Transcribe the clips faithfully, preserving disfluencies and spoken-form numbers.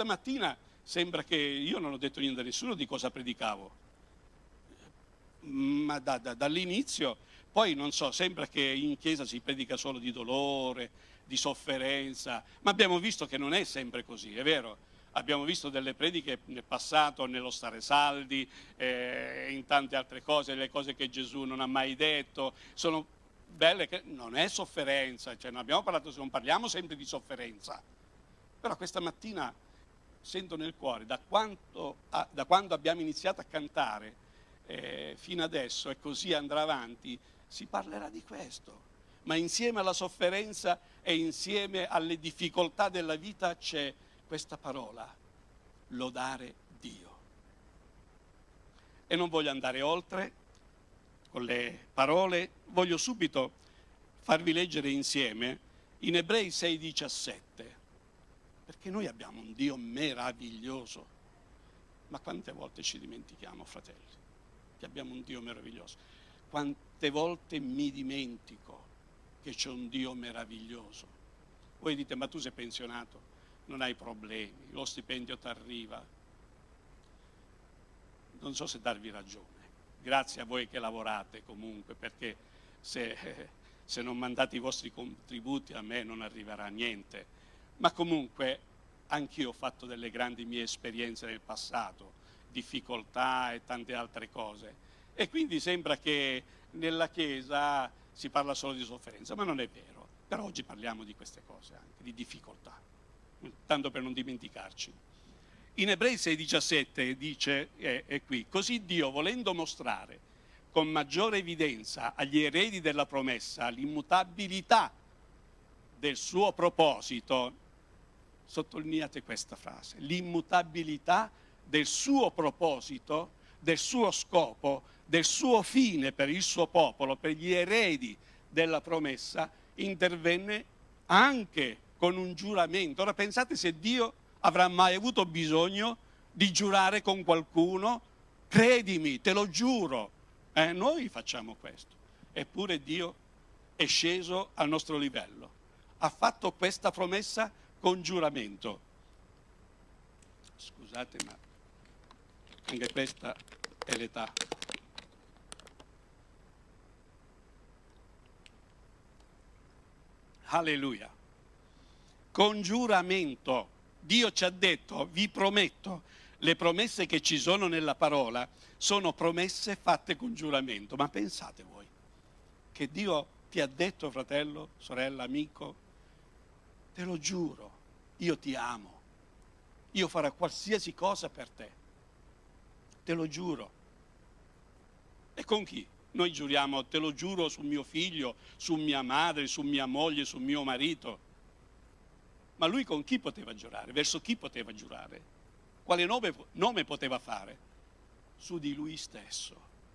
mattina sembra che io non ho detto niente a nessuno di cosa predicavo, ma da, da, dall'inizio, poi non so, sembra che in chiesa si predica solo di dolore, di sofferenza, ma abbiamo visto che non è sempre così, è vero? Abbiamo visto delle prediche nel passato, nello stare saldi, eh, in tante altre cose, le cose che Gesù non ha mai detto, sono belle, che non è sofferenza, cioè non abbiamo parlato, non parliamo sempre di sofferenza, però questa mattina sento nel cuore, da, quanto, da quando abbiamo iniziato a cantare eh, fino adesso e così andrà avanti, si parlerà di questo, ma insieme alla sofferenza e insieme alle difficoltà della vita c'è questa parola, lodare Dio. E non voglio andare oltre con le parole, voglio subito farvi leggere insieme in Ebrei sei diciassette, perché noi abbiamo un Dio meraviglioso, ma quante volte ci dimentichiamo, fratelli, che abbiamo un Dio meraviglioso? Quante volte mi dimentico che c'è un Dio meraviglioso? Voi dite, ma tu sei pensionato, non hai problemi, lo stipendio ti arriva. Non so se darvi ragione, grazie a voi che lavorate comunque, perché se, se non mandate i vostri contributi a me non arriverà niente. Ma comunque anch'io ho fatto delle grandi mie esperienze nel passato, difficoltà e tante altre cose. E quindi sembra che nella Chiesa si parla solo di sofferenza, ma non è vero. Però oggi parliamo di queste cose anche, di difficoltà, tanto per non dimenticarci. In Ebrei sei diciassette dice, è, è qui, così Dio, volendo mostrare con maggiore evidenza agli eredi della promessa l'immutabilità del suo proposito, sottolineate questa frase, l'immutabilità del suo proposito, del suo scopo, del suo fine per il suo popolo, per gli eredi della promessa, intervenne anche con un giuramento. Ora pensate se Dio avrà mai avuto bisogno di giurare con qualcuno? Credimi, te lo giuro. Eh, noi facciamo questo. Eppure Dio è sceso al nostro livello. Ha fatto questa promessa con giuramento. Scusate, ma anche questa è l'età. Alleluia. Con giuramento. Dio ci ha detto, vi prometto, le promesse che ci sono nella parola sono promesse fatte con giuramento. Ma pensate voi, che Dio ti ha detto, fratello, sorella, amico, te lo giuro, io ti amo, io farò qualsiasi cosa per te, te lo giuro. E con chi? Noi giuriamo, te lo giuro su mio figlio, su mia madre, su mia moglie, su mio marito. Ma lui con chi poteva giurare? Verso chi poteva giurare? Quale nome, nome poteva fare? Su di lui stesso.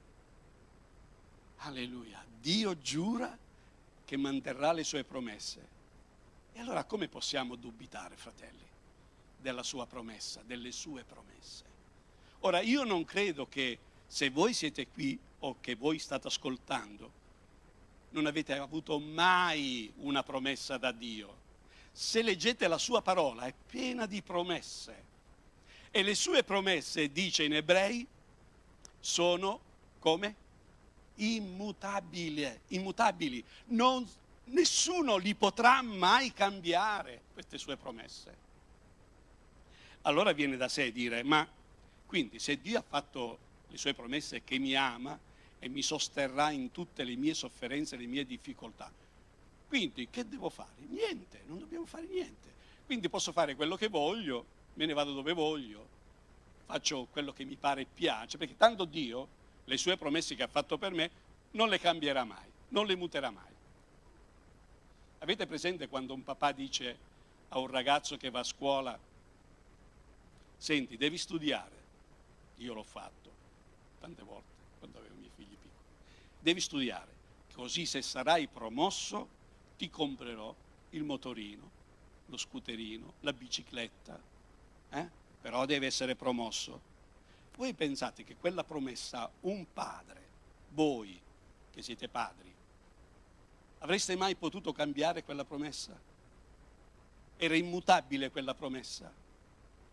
Alleluia. Dio giura che manterrà le sue promesse. E allora come possiamo dubitare, fratelli, della sua promessa, delle sue promesse? Ora, io non credo che se voi siete qui o che voi state ascoltando, non avete avuto mai una promessa da Dio. Se leggete la sua parola è piena di promesse e le sue promesse, dice in Ebrei, sono come? Immutabili, immutabili. Non, nessuno li potrà mai cambiare, queste sue promesse. Allora viene da sé dire, ma quindi se Dio ha fatto le sue promesse che mi ama e mi sosterrà in tutte le mie sofferenze e le mie difficoltà, quindi che devo fare? Niente, non dobbiamo fare niente. Quindi posso fare quello che voglio, me ne vado dove voglio, faccio quello che mi pare e piace, perché tanto Dio, le sue promesse che ha fatto per me, non le cambierà mai, non le muterà mai. Avete presente quando un papà dice a un ragazzo che va a scuola, senti, devi studiare, io l'ho fatto tante volte quando avevo i miei figli piccoli, devi studiare, così se sarai promosso ti comprerò il motorino, lo scooterino, la bicicletta, eh? Però deve essere promosso. Voi pensate che quella promessa un padre, voi che siete padri, avreste mai potuto cambiare quella promessa? Era immutabile quella promessa.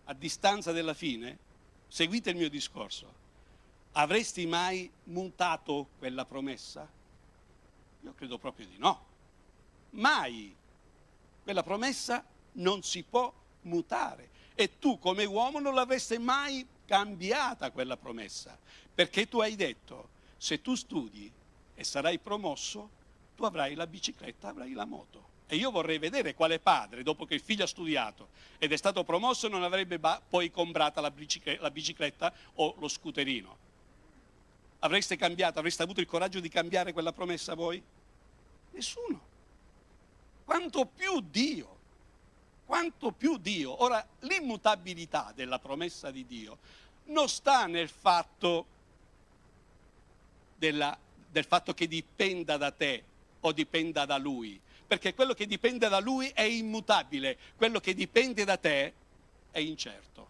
a distanza della fine, seguite il mio discorso, avresti mai mutato quella promessa? Io credo proprio di no. Mai. Quella promessa non si può mutare e tu come uomo non l'avresti mai cambiata quella promessa, perché tu hai detto, se tu studi e sarai promosso, tu avrai la bicicletta, avrai la moto. E io vorrei vedere quale padre, dopo che il figlio ha studiato ed è stato promosso, non avrebbe poi comprata la bicicletta, la bicicletta o lo scooterino. Avreste cambiato, avreste avuto il coraggio di cambiare quella promessa voi? Nessuno. Quanto più Dio, quanto più Dio. Ora, l'immutabilità della promessa di Dio non sta nel fatto, della, del fatto che dipenda da te o dipenda da Lui, perché quello che dipende da Lui è immutabile, quello che dipende da te è incerto.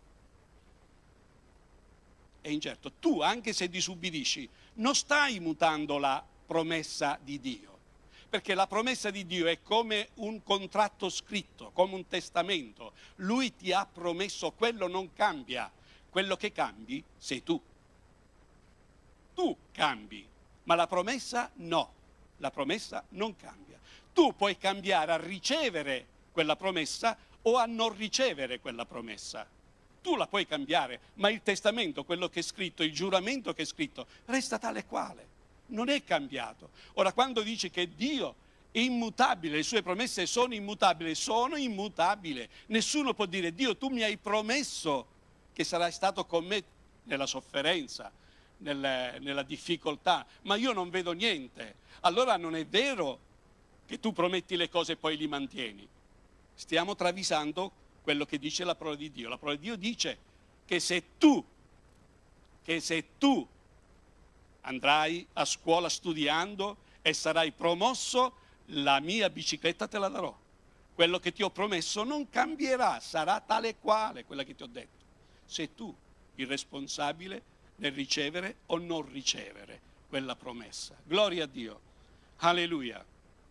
È incerto. Tu, anche se disubbidisci, non stai mutando la promessa di Dio, perché la promessa di Dio è come un contratto scritto, come un testamento. Lui ti ha promesso, quello non cambia, quello che cambi sei tu. Tu cambi, ma la promessa no, la promessa non cambia. Tu puoi cambiare a ricevere quella promessa o a non ricevere quella promessa. Tu la puoi cambiare, ma il testamento, quello che è scritto, il giuramento che è scritto, resta tale quale, non è cambiato. Ora, quando dice che Dio è immutabile, le sue promesse sono immutabili, sono immutabili. Nessuno può dire, Dio, tu mi hai promesso che sarai stato con me nella sofferenza, nel, nella difficoltà, ma io non vedo niente. Allora non è vero che tu prometti le cose e poi li mantieni. Stiamo travisando quello che dice la parola di Dio. La parola di Dio dice che se tu, che se tu andrai a scuola studiando e sarai promosso, la mia bicicletta te la darò. Quello che ti ho promesso non cambierà, sarà tale quale quella che ti ho detto. Sei tu il responsabile nel ricevere o non ricevere quella promessa. Gloria a Dio. Alleluia.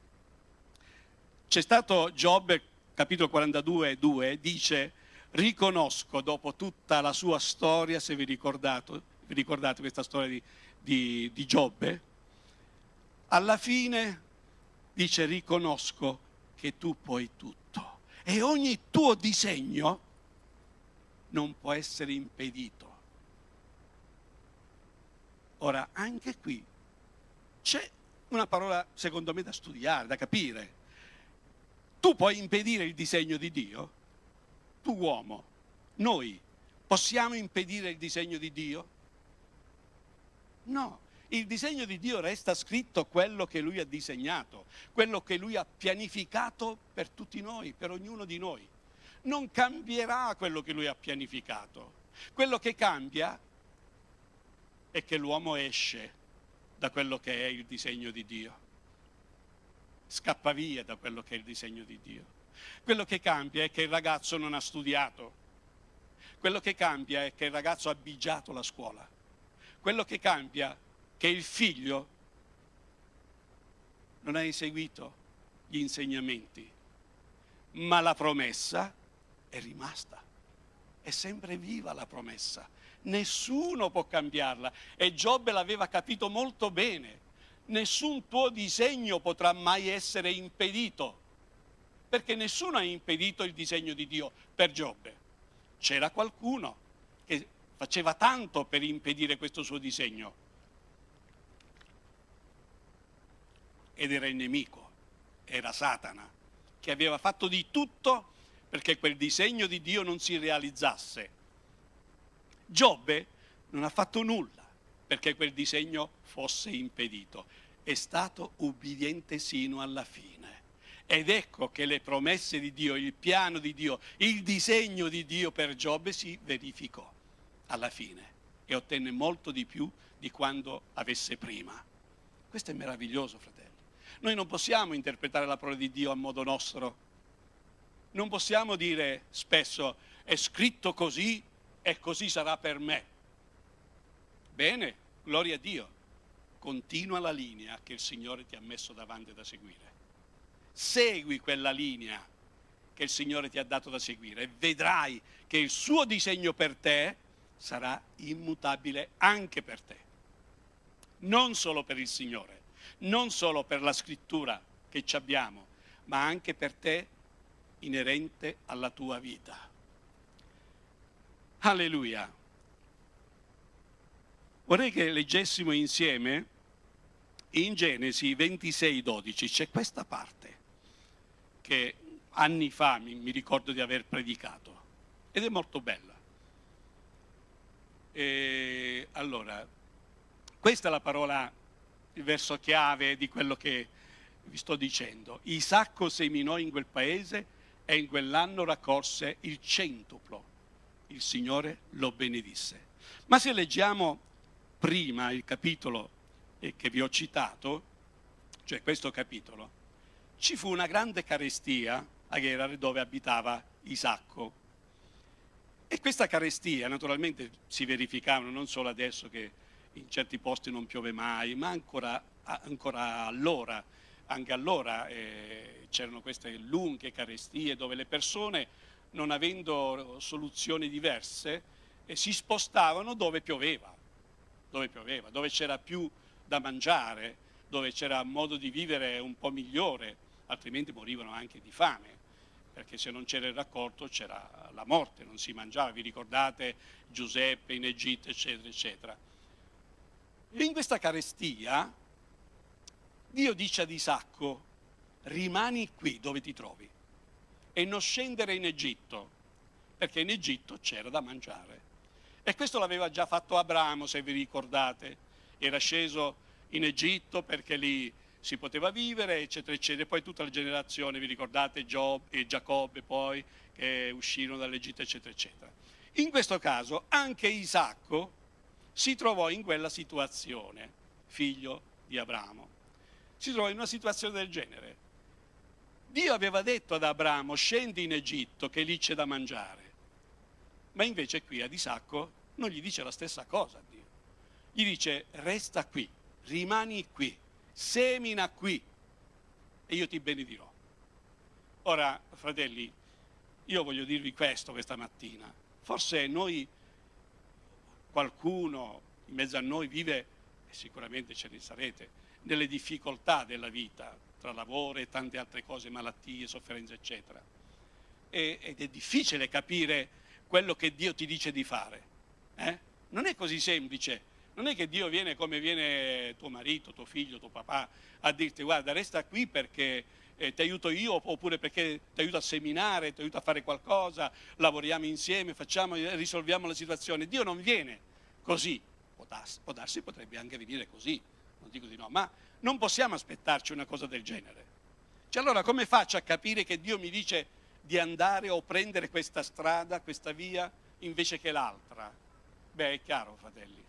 C'è stato Giobbe, capitolo quarantadue, due, dice, riconosco dopo tutta la sua storia, se vi ricordate, vi ricordate questa storia di, di, di Giobbe, alla fine dice, riconosco che tu puoi tutto e ogni tuo disegno non può essere impedito. Ora, anche qui c'è una parola, secondo me, da studiare, da capire. Tu puoi impedire il disegno di Dio? Tu uomo, noi possiamo impedire il disegno di Dio? No, il disegno di Dio resta scritto quello che Lui ha disegnato, quello che Lui ha pianificato per tutti noi, per ognuno di noi. Non cambierà quello che Lui ha pianificato. Quello che cambia è che l'uomo esce da quello che è il disegno di Dio. Scappa via da quello che è il disegno di Dio. Quello che cambia è che il ragazzo non ha studiato. Quello che cambia è che il ragazzo ha bigiato la scuola. Quello che cambia è che il figlio non ha eseguito gli insegnamenti, ma la promessa è rimasta. È sempre viva la promessa. Nessuno può cambiarla. E Giobbe l'aveva capito molto bene. Nessun tuo disegno potrà mai essere impedito, perché nessuno ha impedito il disegno di Dio per Giobbe. C'era qualcuno che faceva tanto per impedire questo suo disegno, ed era il nemico, era Satana, che aveva fatto di tutto perché quel disegno di Dio non si realizzasse. Giobbe non ha fatto nulla perché quel disegno fosse impedito. È stato ubbidiente sino alla fine. Ed ecco che le promesse di Dio, il piano di Dio, il disegno di Dio per Giobbe si verificò alla fine e ottenne molto di più di quando avesse prima. Questo è meraviglioso, fratelli. Noi non possiamo interpretare la parola di Dio a modo nostro. Non possiamo dire spesso è scritto così e così sarà per me. Bene, gloria a Dio. Continua la linea che il Signore ti ha messo davanti da seguire. Segui quella linea che il Signore ti ha dato da seguire e vedrai che il suo disegno per te sarà immutabile anche per te. Non solo per il Signore, non solo per la scrittura che ci abbiamo, ma anche per te inerente alla tua vita. Alleluia. Vorrei che leggessimo insieme in Genesi ventisei dodici, c'è questa parte che anni fa mi, mi ricordo di aver predicato ed è molto bella. E allora, questa è la parola, il verso chiave di quello che vi sto dicendo. Isacco seminò in quel paese e in quell'anno raccolse il centuplo. Il Signore lo benedisse. Ma se leggiamo prima il capitolo che vi ho citato, cioè questo capitolo, ci fu una grande carestia a Gerar dove abitava Isacco. E questa carestia naturalmente si verificava non solo adesso che in certi posti non piove mai, ma ancora, ancora allora, anche allora eh, c'erano queste lunghe carestie dove le persone, non avendo soluzioni diverse, eh, si spostavano dove pioveva, dove pioveva, dove c'era più da mangiare, dove c'era modo di vivere un po' migliore, altrimenti morivano anche di fame, perché se non c'era il raccolto c'era la morte, non si mangiava. Vi ricordate Giuseppe in Egitto, eccetera, eccetera. E in questa carestia Dio dice ad Isacco: rimani qui dove ti trovi e non scendere in Egitto, perché in Egitto c'era da mangiare. E questo l'aveva già fatto Abramo, se vi ricordate. Era sceso in Egitto perché lì si poteva vivere, eccetera, eccetera. Poi tutta la generazione, vi ricordate Giob e Giacobbe poi, che uscirono dall'Egitto, eccetera, eccetera. In questo caso anche Isacco si trovò in quella situazione, figlio di Abramo. Si trovò in una situazione del genere. Dio aveva detto ad Abramo: scendi in Egitto che lì c'è da mangiare. Ma invece qui ad Isacco non gli dice la stessa cosa Dio. Gli dice: resta qui, rimani qui, semina qui e io ti benedirò. Ora, fratelli, io voglio dirvi questo questa mattina. Forse noi, qualcuno in mezzo a noi vive, e sicuramente ce ne sarete, nelle difficoltà della vita, tra lavoro e tante altre cose, malattie, sofferenze, eccetera. E, ed è difficile capire quello che Dio ti dice di fare. Eh? Non è così semplice. Non è che Dio viene come viene tuo marito, tuo figlio, tuo papà a dirti: guarda, resta qui perché eh, ti aiuto io, oppure perché ti aiuto a seminare, ti aiuto a fare qualcosa, lavoriamo insieme, facciamo, risolviamo la situazione. Dio non viene così. Può darsi, può darsi, potrebbe anche venire così, non dico di no, ma non possiamo aspettarci una cosa del genere. Cioè, allora come faccio a capire che Dio mi dice di andare o prendere questa strada, questa via, invece che l'altra? Beh, è chiaro, fratelli.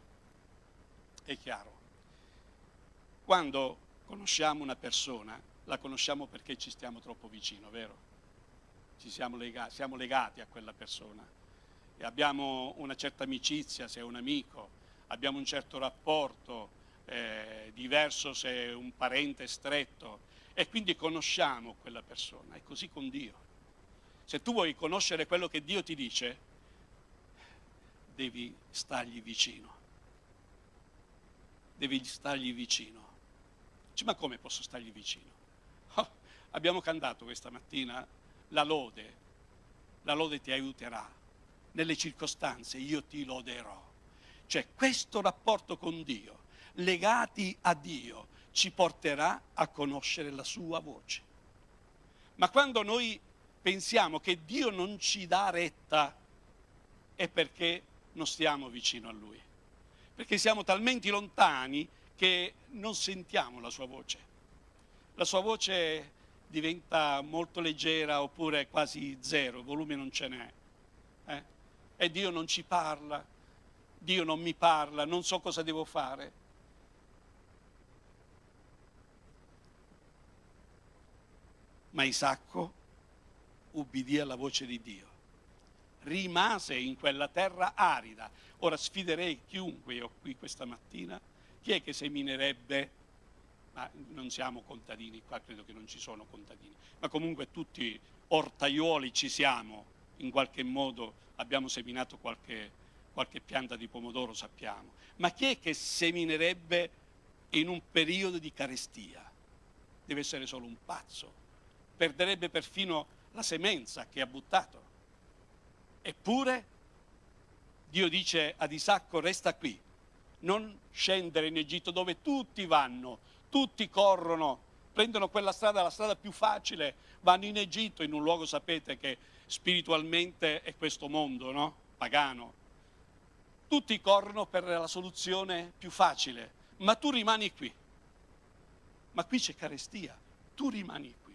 È chiaro. Quando conosciamo una persona, la conosciamo perché ci stiamo troppo vicino, vero? Ci siamo legati, siamo legati a quella persona e abbiamo una certa amicizia se è un amico, abbiamo un certo rapporto eh, diverso se è un parente stretto e quindi conosciamo quella persona. È così con Dio. Se tu vuoi conoscere quello che Dio ti dice, devi stargli vicino. Devi stargli vicino. Dici, ma come posso stargli vicino? Oh, abbiamo cantato questa mattina la lode. La lode ti aiuterà. Nelle circostanze io ti loderò. Cioè questo rapporto con Dio, legati a Dio, ci porterà a conoscere la sua voce. Ma quando noi pensiamo che Dio non ci dà retta, è perché non stiamo vicino a Lui. Perché siamo talmente lontani che non sentiamo la sua voce. La sua voce diventa molto leggera oppure quasi zero, volume non ce n'è. Eh? E Dio non ci parla, Dio non mi parla, non so cosa devo fare. Ma Isacco ubbidì alla voce di Dio. Rimase in quella terra arida. Ora sfiderei chiunque io qui questa mattina, chi è che seminerebbe ma non siamo contadini, qua credo che non ci sono contadini, ma comunque tutti ortaioli ci siamo, in qualche modo abbiamo seminato qualche, qualche pianta di pomodoro, sappiamo. Ma chi è che seminerebbe in un periodo di carestia? Deve essere solo un pazzo, perderebbe perfino la semenza che ha buttato. Eppure Dio dice ad Isacco: resta qui, non scendere in Egitto dove tutti vanno, tutti corrono, prendono quella strada, la strada più facile, vanno in Egitto, in un luogo, sapete, che spiritualmente è questo mondo, no? Pagano. Tutti corrono per la soluzione più facile, ma tu rimani qui. Ma qui c'è carestia, tu rimani qui.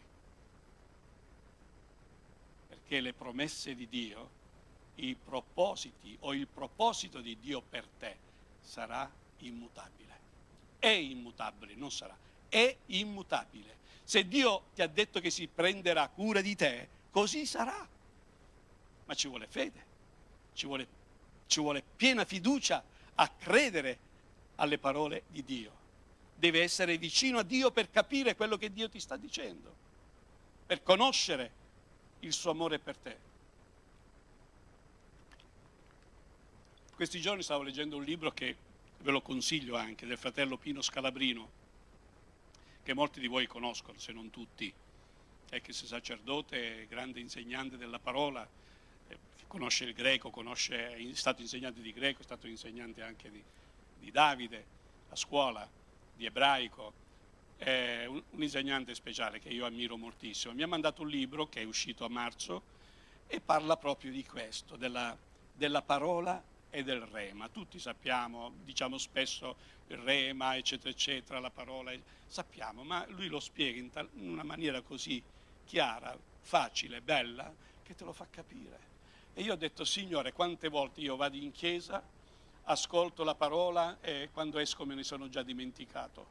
Perché le promesse di Dio, i propositi o il proposito di Dio per te sarà immutabile. È immutabile, non sarà, è immutabile. Se Dio ti ha detto che si prenderà cura di te, così sarà. Ma ci vuole fede, ci vuole, ci vuole piena fiducia a credere alle parole di Dio. Deve essere vicino a Dio per capire quello che Dio ti sta dicendo, per conoscere il suo amore per te. Questi giorni stavo leggendo un libro che ve lo consiglio anche, del fratello Pino Scalabrino, che molti di voi conoscono, se non tutti. È che sei sacerdote, grande insegnante della parola, eh, conosce il greco, conosce, è stato insegnante di greco, è stato insegnante anche di, di Davide a scuola, di ebraico, è un, un insegnante speciale che io ammiro moltissimo. Mi ha mandato un libro che è uscito a marzo e parla proprio di questo, della, della parola e del rema. Tutti sappiamo, diciamo spesso il rema, eccetera, eccetera, la parola, sappiamo, ma lui lo spiega in, tal, in una maniera così chiara, facile, bella, che te lo fa capire. E io ho detto: Signore, quante volte io vado in chiesa, ascolto la parola e quando esco me ne sono già dimenticato,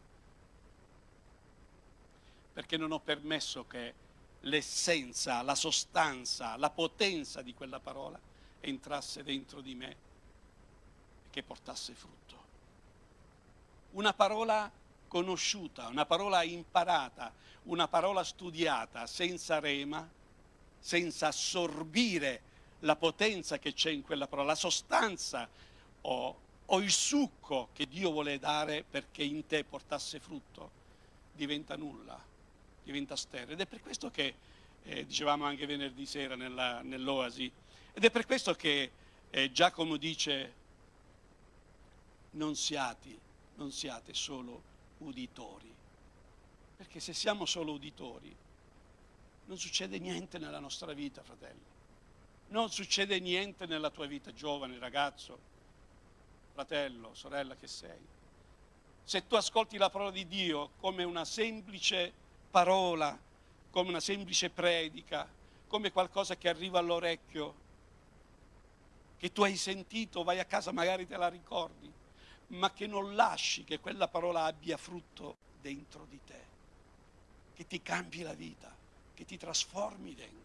perché non ho permesso che l'essenza, la sostanza, la potenza di quella parola entrasse dentro di me e che portasse frutto. Una parola conosciuta, una parola imparata, una parola studiata senza rema, senza assorbire la potenza che c'è in quella parola, la sostanza o, o il succo che Dio vuole dare perché in te portasse frutto, diventa nulla, diventa sterile. Ed è per questo che, eh, dicevamo anche venerdì sera nella, nell'Oasi, ed è per questo che eh, Giacomo dice: non siate, non siate solo uditori, perché se siamo solo uditori non succede niente nella nostra vita, fratelli, non succede niente nella tua vita, giovane, ragazzo, fratello, sorella che sei. Se tu ascolti la parola di Dio come una semplice parola, come una semplice predica, come qualcosa che arriva all'orecchio, che tu hai sentito, vai a casa, magari te la ricordi, ma che non lasci che quella parola abbia frutto dentro di te, che ti cambi la vita, che ti trasformi dentro.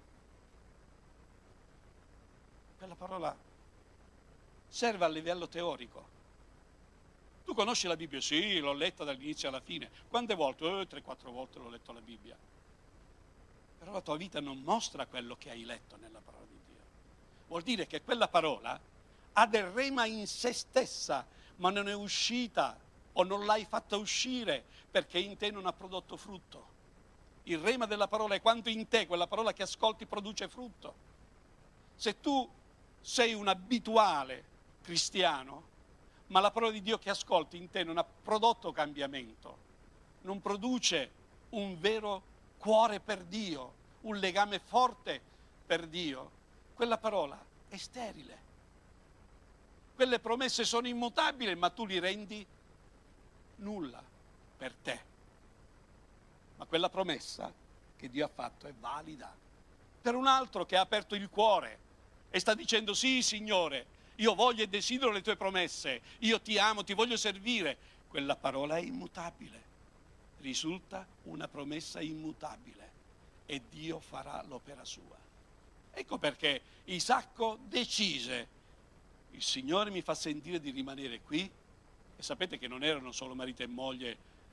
Quella parola serve a livello teorico. Tu conosci la Bibbia? Sì, l'ho letta dall'inizio alla fine. Quante volte? Eh, tre quattro volte l'ho letto la Bibbia. Però la tua vita non mostra quello che hai letto nella parola di Dio. Vuol dire che quella parola ha del rema in se stessa, ma non è uscita o non l'hai fatta uscire perché in te non ha prodotto frutto. Il rema della parola è quando in te quella parola che ascolti produce frutto. Se tu sei un abituale cristiano, ma la parola di Dio che ascolti in te non ha prodotto cambiamento, non produce un vero cuore per Dio, un legame forte per Dio, quella parola è sterile. Quelle promesse sono immutabili, ma tu li rendi nulla per te. Ma quella promessa che Dio ha fatto è valida per un altro che ha aperto il cuore e sta dicendo: sì, Signore, io voglio e desidero le tue promesse, io ti amo, ti voglio servire. Quella parola è immutabile, risulta una promessa immutabile e Dio farà l'opera sua. Ecco perché Isacco decise: il Signore mi fa sentire di rimanere qui. E sapete che non erano solo marito e moglie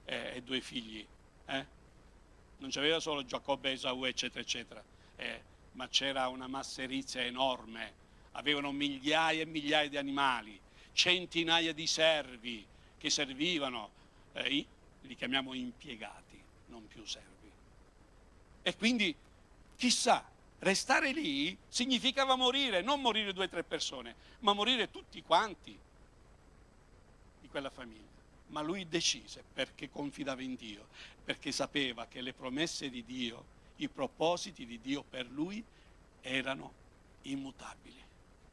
eh, e due figli, eh? Non c'aveva solo Giacobbe e Esaù, eccetera, eccetera, eh, ma c'era una masserizia enorme, avevano migliaia e migliaia di animali, centinaia di servi che servivano, eh, li chiamiamo impiegati, non più servi. E quindi, chissà, restare lì significava morire, non morire due o tre persone, ma morire tutti quanti di quella famiglia. Ma lui decise, perché confidava in Dio, perché sapeva che le promesse di Dio, i propositi di Dio per lui erano immutabili.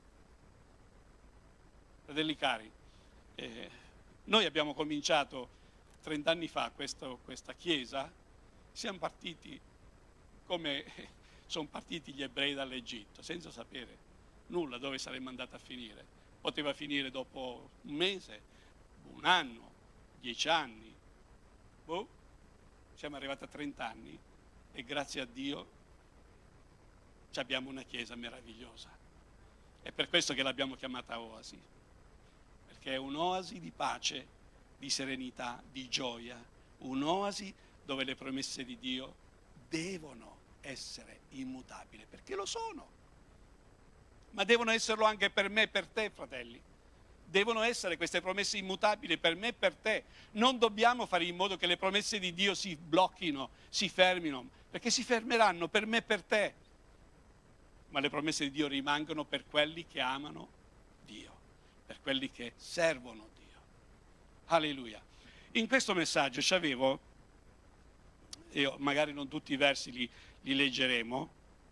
Fratelli cari, eh, noi abbiamo cominciato trent'anni fa questo, questa chiesa, siamo partiti come sono partiti gli ebrei dall'Egitto, senza sapere nulla dove saremmo andati a finire. Poteva finire dopo un mese, un anno, dieci anni. Boh, siamo arrivati a trenta anni e grazie a Dio abbiamo una chiesa meravigliosa. È per questo che l'abbiamo chiamata Oasi, perché è un'oasi di pace, di serenità, di gioia, un'oasi dove le promesse di Dio devono essere immutabili, perché lo sono, ma devono esserlo anche per me e per te, fratelli. Devono essere queste promesse immutabili per me e per te. Non dobbiamo fare in modo che le promesse di Dio si blocchino, si fermino, perché si fermeranno per me e per te. Ma le promesse di Dio rimangono per quelli che amano Dio, per quelli che servono Dio. Alleluia. In questo messaggio c'avevo, io magari non tutti i versi li, li leggeremo,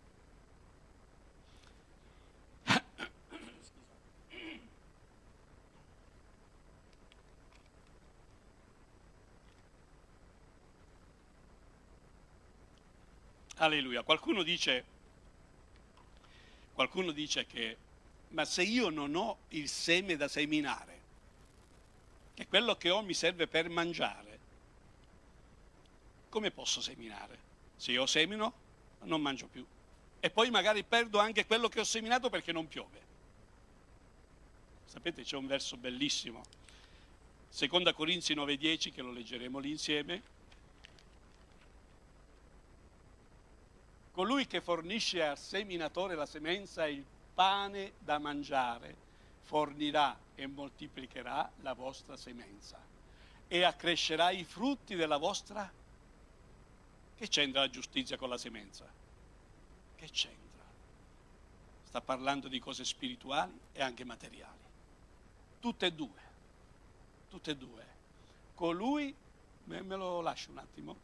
alleluia. Qualcuno dice, qualcuno dice che, ma se io non ho il seme da seminare, che quello che ho mi serve per mangiare, come posso seminare? Se io semino, non mangio più. E poi magari perdo anche quello che ho seminato perché non piove. Sapete, c'è un verso bellissimo, seconda Corinzi nove dieci, che lo leggeremo lì insieme. Colui che fornisce al seminatore la semenza e il pane da mangiare, fornirà e moltiplicherà la vostra semenza e accrescerà i frutti della vostra. Che c'entra la giustizia con la semenza? Che c'entra? Sta parlando di cose spirituali e anche materiali. Tutte e due. Tutte e due. Colui, me lo lascio un attimo.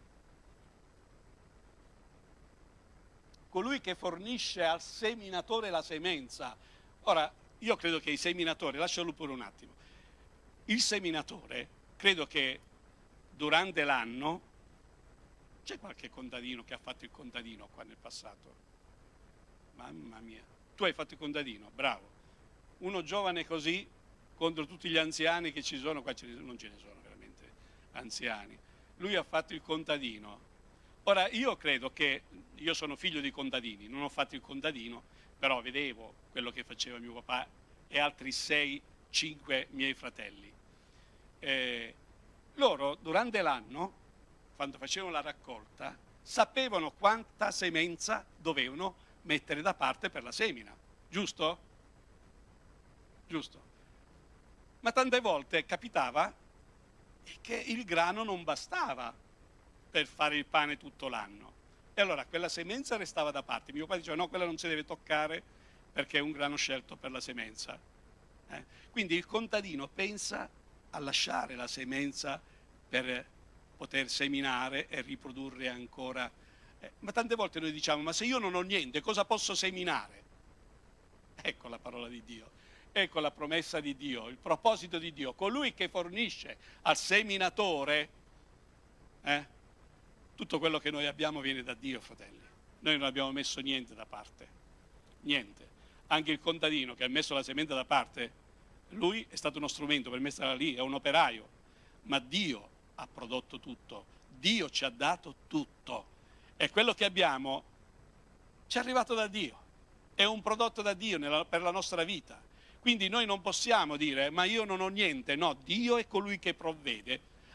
Colui che fornisce al seminatore la semenza. Ora, io credo che i seminatori, lascialo pure un attimo, il seminatore, credo che durante l'anno, c'è qualche contadino che ha fatto il contadino qua nel passato? Mamma mia, tu hai fatto il contadino, bravo. Uno giovane così contro tutti gli anziani che ci sono, qua non ce ne sono veramente anziani. Lui ha fatto il contadino. Ora, io credo che, io sono figlio di contadini, non ho fatto il contadino, però vedevo quello che faceva mio papà e altri sei, cinque miei fratelli. Eh, loro, durante l'anno, quando facevano la raccolta, sapevano quanta semenza dovevano mettere da parte per la semina, giusto? Giusto. Ma tante volte capitava che il grano non bastava per fare il pane tutto l'anno. E allora quella semenza restava da parte. Mio padre diceva no, quella non si deve toccare perché è un grano scelto per la semenza. Eh? Quindi il contadino pensa a lasciare la semenza per poter seminare e riprodurre ancora. Eh, ma tante volte noi diciamo, ma se io non ho niente, cosa posso seminare? Ecco la parola di Dio, ecco la promessa di Dio, il proposito di Dio. Colui che fornisce al seminatore, eh, tutto quello che noi abbiamo viene da Dio, fratelli. Noi non abbiamo messo niente da parte, niente. Anche il contadino che ha messo la semente da parte, lui è stato uno strumento per metterla lì, è un operaio, ma Dio ha prodotto tutto, Dio ci ha dato tutto e quello che abbiamo ci è arrivato da Dio, è un prodotto da Dio nella, per la nostra vita. Quindi noi non possiamo dire ma io non ho niente, no, Dio è colui che provvede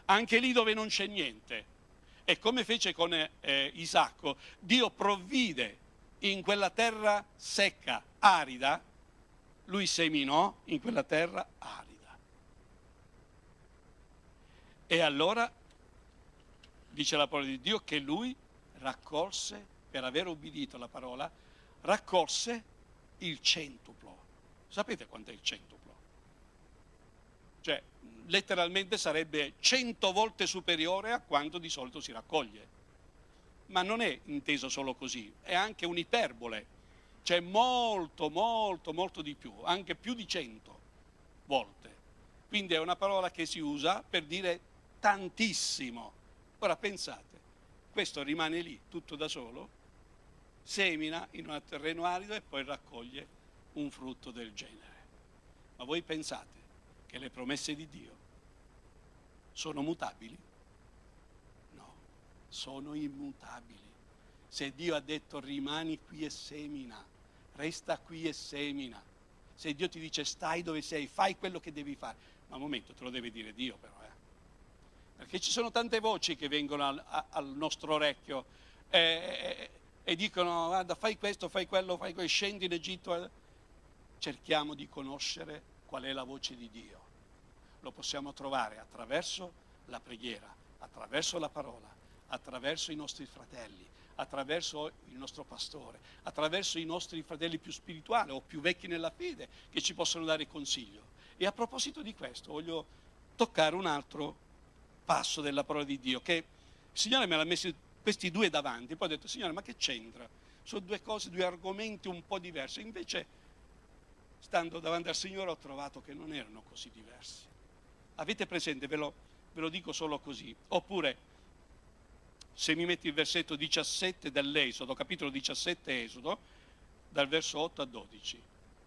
anche lì dove non c'è niente. E come fece con eh, Isacco, Dio provvide in quella terra secca, arida, lui seminò in quella terra arida. E allora dice la parola di Dio che lui raccolse, per aver obbedito alla parola, raccolse il centuplo. Sapete quanto è il centuplo? Cioè, letteralmente sarebbe cento volte superiore a quanto di solito si raccoglie. Ma non è inteso solo così, è anche un'iperbole, cioè molto, molto, molto di più, anche più di cento volte. Quindi è una parola che si usa per dire tantissimo. Ora pensate, questo rimane lì tutto da solo, semina in un terreno arido e poi raccoglie un frutto del genere. Ma voi pensate che le promesse di Dio sono mutabili? No, sono immutabili. Se Dio ha detto rimani qui e semina, resta qui e semina. Se Dio ti dice stai dove sei, fai quello che devi fare. Ma un momento, te lo deve dire Dio però, eh. Perché ci sono tante voci che vengono al, a, al nostro orecchio e, e, e dicono guarda fai questo, fai quello, fai quello, scendi in Egitto. Cerchiamo di conoscere qual è la voce di Dio. Lo possiamo trovare attraverso la preghiera, attraverso la parola, attraverso i nostri fratelli, attraverso il nostro pastore, attraverso i nostri fratelli più spirituali o più vecchi nella fede che ci possono dare consiglio. E a proposito di questo voglio toccare un altro passo della parola di Dio, che il Signore me l'ha messo questi due davanti, poi ho detto Signore ma che c'entra? Sono due cose, due argomenti un po' diversi, invece stando davanti al Signore ho trovato che non erano così diversi. Avete presente, ve lo, ve lo dico solo così, oppure se mi metti il versetto diciassette dell'Esodo, capitolo diciassette Esodo, dal verso otto a dodici.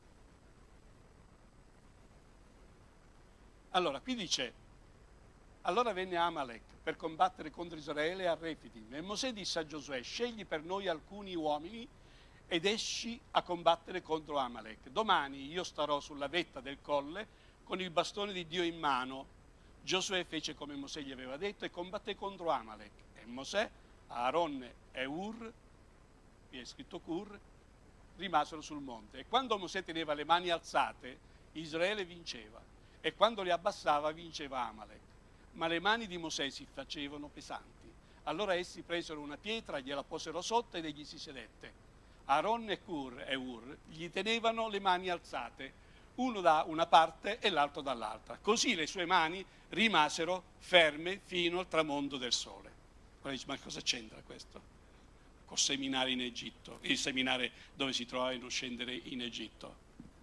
Allora, qui dice, allora venne Amalek per combattere contro Israele a Refidim, e Mosè disse a Giosuè, scegli per noi alcuni uomini ed esci a combattere contro Amalek. Domani io starò sulla vetta del colle con il bastone di Dio in mano. Giosuè fece come Mosè gli aveva detto e combatté contro Amalek. E Mosè, Aaron e Ur, qui è scritto Cur, rimasero sul monte. E quando Mosè teneva le mani alzate, Israele vinceva. E quando le abbassava, vinceva Amalek. Ma le mani di Mosè si facevano pesanti. Allora essi presero una pietra, gliela posero sotto ed egli si sedette. Aaron e Cur e Ur gli tenevano le mani alzate, uno da una parte e l'altro dall'altra. Così le sue mani rimasero ferme fino al tramonto del sole. Ora dice, ma cosa c'entra questo? Col seminare in Egitto, il seminare dove si trovava non scendere in Egitto.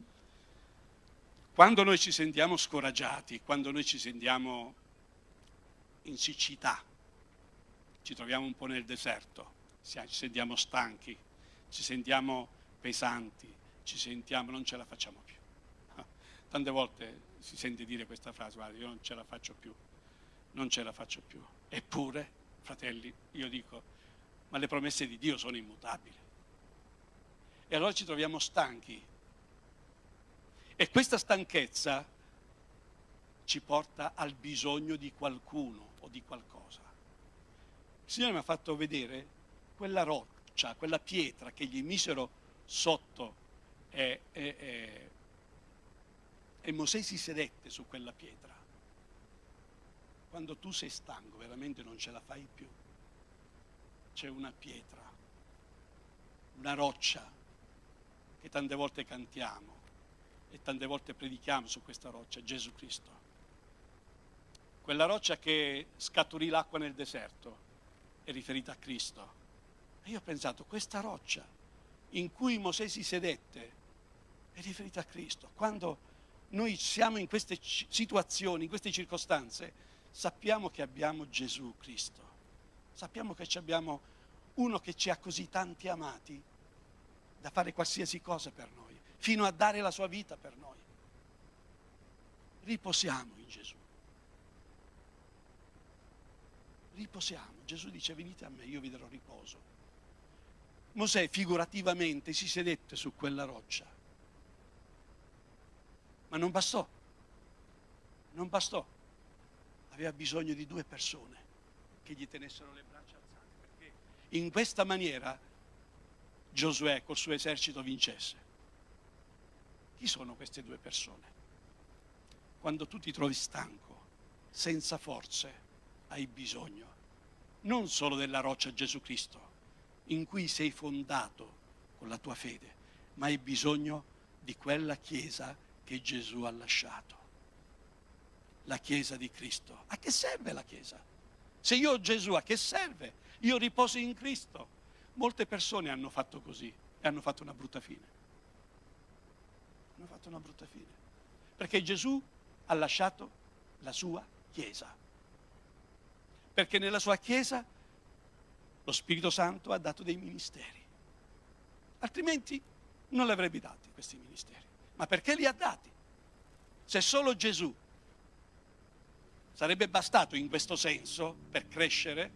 Quando noi ci sentiamo scoraggiati, quando noi ci sentiamo in siccità, ci troviamo un po' nel deserto, ci sentiamo stanchi, ci sentiamo pesanti, ci sentiamo, non ce la facciamo più. Tante volte si sente dire questa frase, guarda, io non ce la faccio più, non ce la faccio più. Eppure, fratelli, io dico, ma le promesse di Dio sono immutabili. E allora ci troviamo stanchi. E questa stanchezza ci porta al bisogno di qualcuno o di qualcosa. Il Signore mi ha fatto vedere quella roccia, quella pietra che gli misero sotto e, e, e, e Mosè si sedette su quella pietra. Quando tu sei stanco, veramente non ce la fai più, c'è una pietra, una roccia che tante volte cantiamo e tante volte predichiamo su questa roccia, Gesù Cristo. Quella roccia che scaturì l'acqua nel deserto è riferita a Cristo. E io ho pensato, questa roccia in cui Mosè si sedette è riferita a Cristo. Quando noi siamo in queste situazioni, in queste circostanze, sappiamo che abbiamo Gesù Cristo. Sappiamo che abbiamo uno che ci ha così tanti amati da fare qualsiasi cosa per noi, fino a dare la sua vita per noi. Riposiamo in Gesù. Riposiamo. Gesù dice venite a me, io vi darò riposo. Mosè figurativamente si sedette su quella roccia. Ma non bastò. Non bastò. aveva bisogno di due persone che gli tenessero le braccia alzate, perché in questa maniera Giosuè col suo esercito vincesse. Chi sono queste due persone? Quando tu ti trovi stanco, senza forze, hai bisogno non solo della roccia Gesù Cristo, in cui sei fondato con la tua fede, ma hai bisogno di quella Chiesa che Gesù ha lasciato. La Chiesa di Cristo. A che serve la Chiesa? Se io ho Gesù, a che serve? Io riposo in Cristo. Molte persone hanno fatto così e hanno fatto una brutta fine. Hanno fatto una brutta fine. Perché Gesù ha lasciato la sua Chiesa. Perché nella sua Chiesa lo Spirito Santo ha dato dei ministeri. Altrimenti non li avrebbe dati questi ministeri. Ma perché li ha dati? Se solo Gesù sarebbe bastato in questo senso per crescere,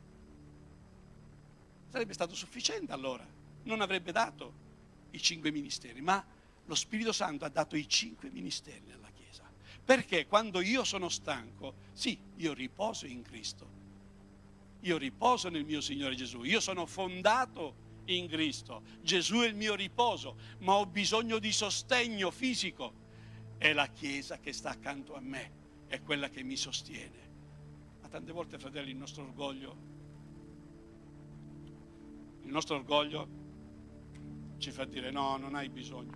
sarebbe stato sufficiente allora. Non avrebbe dato i cinque ministeri, ma lo Spirito Santo ha dato i cinque ministeri nella Chiesa. Perché quando io sono stanco, sì, io riposo in Cristo. Io riposo nel mio Signore Gesù. Io sono fondato in Cristo. Gesù è il mio riposo, ma ho bisogno di sostegno fisico. È la Chiesa che sta accanto a me, è quella che mi sostiene. Ma tante volte, fratelli, il nostro orgoglio, il nostro orgoglio ci fa dire no, non hai bisogno.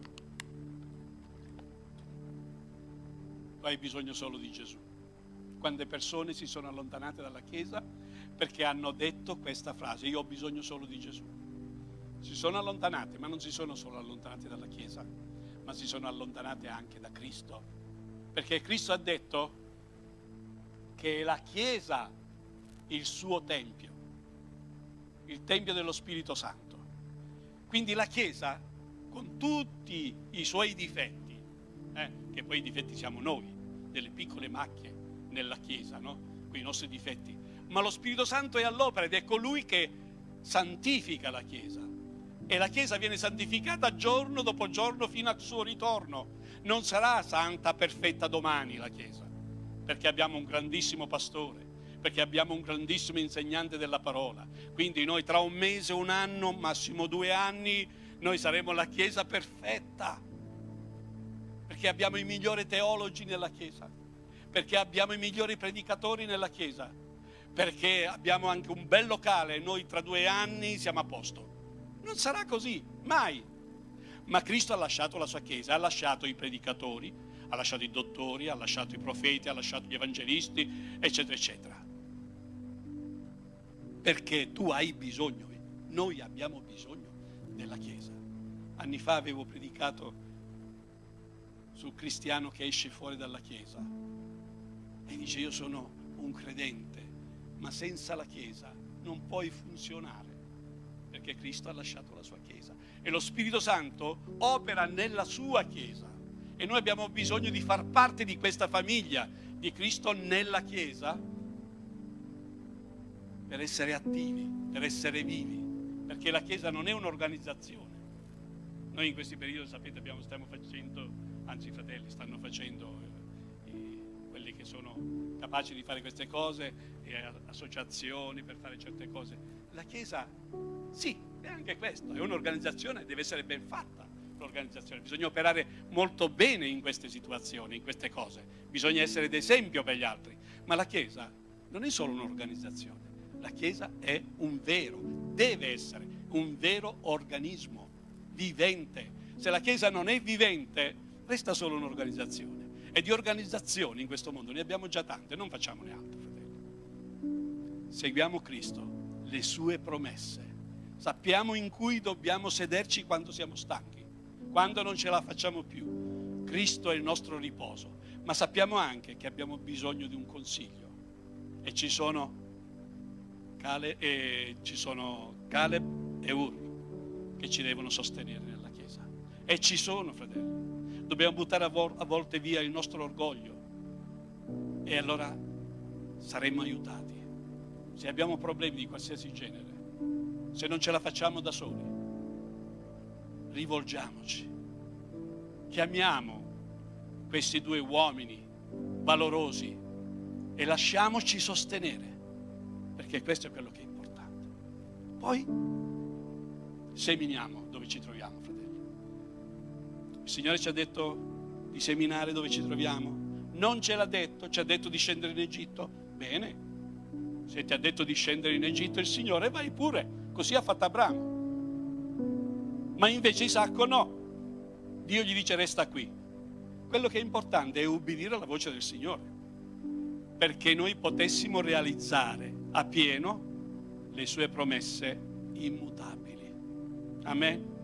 Tu hai bisogno solo di Gesù. Quante persone si sono allontanate dalla Chiesa perché hanno detto questa frase: io ho bisogno solo di Gesù. Si sono allontanate, ma non si sono solo allontanate dalla Chiesa, ma si sono allontanate anche da Cristo. Perché Cristo ha detto che è la Chiesa il suo tempio, il tempio dello Spirito Santo. Quindi la Chiesa, con tutti i suoi difetti, eh, che poi i difetti siamo noi, delle piccole macchie nella Chiesa, no? Quei nostri difetti, ma lo Spirito Santo è all'opera ed è colui che santifica la Chiesa. E la Chiesa viene santificata giorno dopo giorno fino al suo ritorno. Non sarà santa, perfetta domani la Chiesa, perché abbiamo un grandissimo pastore, perché abbiamo un grandissimo insegnante della parola. Quindi noi tra un mese, un anno, massimo due anni, noi saremo la Chiesa perfetta, perché abbiamo i migliori teologi nella Chiesa, perché abbiamo i migliori predicatori nella Chiesa, perché abbiamo anche un bel locale e noi tra due anni siamo a posto. Non sarà così, mai. Ma Cristo ha lasciato la sua Chiesa, ha lasciato i predicatori, ha lasciato i dottori, ha lasciato i profeti, ha lasciato gli evangelisti, eccetera, eccetera. Perché tu hai bisogno, noi abbiamo bisogno della Chiesa. Anni fa avevo predicato sul cristiano che esce fuori dalla Chiesa e dice: io sono un credente, ma senza la Chiesa non puoi funzionare, perché Cristo ha lasciato la sua Chiesa e lo Spirito Santo opera nella sua Chiesa e noi abbiamo bisogno di far parte di questa famiglia di Cristo nella Chiesa per essere attivi, per essere vivi, perché la Chiesa non è un'organizzazione. Noi in questi periodi, sapete, abbiamo, stiamo facendo, anzi i fratelli stanno facendo, eh, quelli che sono capaci di fare queste cose, eh, associazioni per fare certe cose. La Chiesa, sì, è anche questo, è un'organizzazione, deve essere ben fatta l'organizzazione, bisogna operare molto bene in queste situazioni, in queste cose, bisogna essere d'esempio per gli altri, ma la Chiesa non è solo un'organizzazione, la Chiesa è un vero, deve essere un vero organismo vivente. Se la Chiesa non è vivente, resta solo un'organizzazione, e di organizzazioni in questo mondo ne abbiamo già tante, non facciamone altre, fratelli. Seguiamo Cristo, le sue promesse, sappiamo in cui dobbiamo sederci quando siamo stanchi, quando non ce la facciamo più. Cristo è il nostro riposo, ma sappiamo anche che abbiamo bisogno di un consiglio e ci sono Caleb e, ci sono Caleb e Ur che ci devono sostenere nella Chiesa, e ci sono, fratelli. Dobbiamo buttare a, vo- a volte via il nostro orgoglio e allora saremo aiutati. Se abbiamo problemi di qualsiasi genere, se non ce la facciamo da soli, rivolgiamoci, chiamiamo questi due uomini valorosi e lasciamoci sostenere, perché questo è quello che è importante. Poi seminiamo dove ci troviamo, fratelli. Il Signore ci ha detto di seminare dove ci troviamo? Non ce l'ha detto, ci ha detto di scendere in Egitto? Bene, se ti ha detto di scendere in Egitto il Signore, vai pure, così ha fatto Abramo. Ma invece Isacco no, Dio gli dice resta qui. Quello che è importante è ubbidire alla voce del Signore, perché noi potessimo realizzare a pieno le sue promesse immutabili. Amen.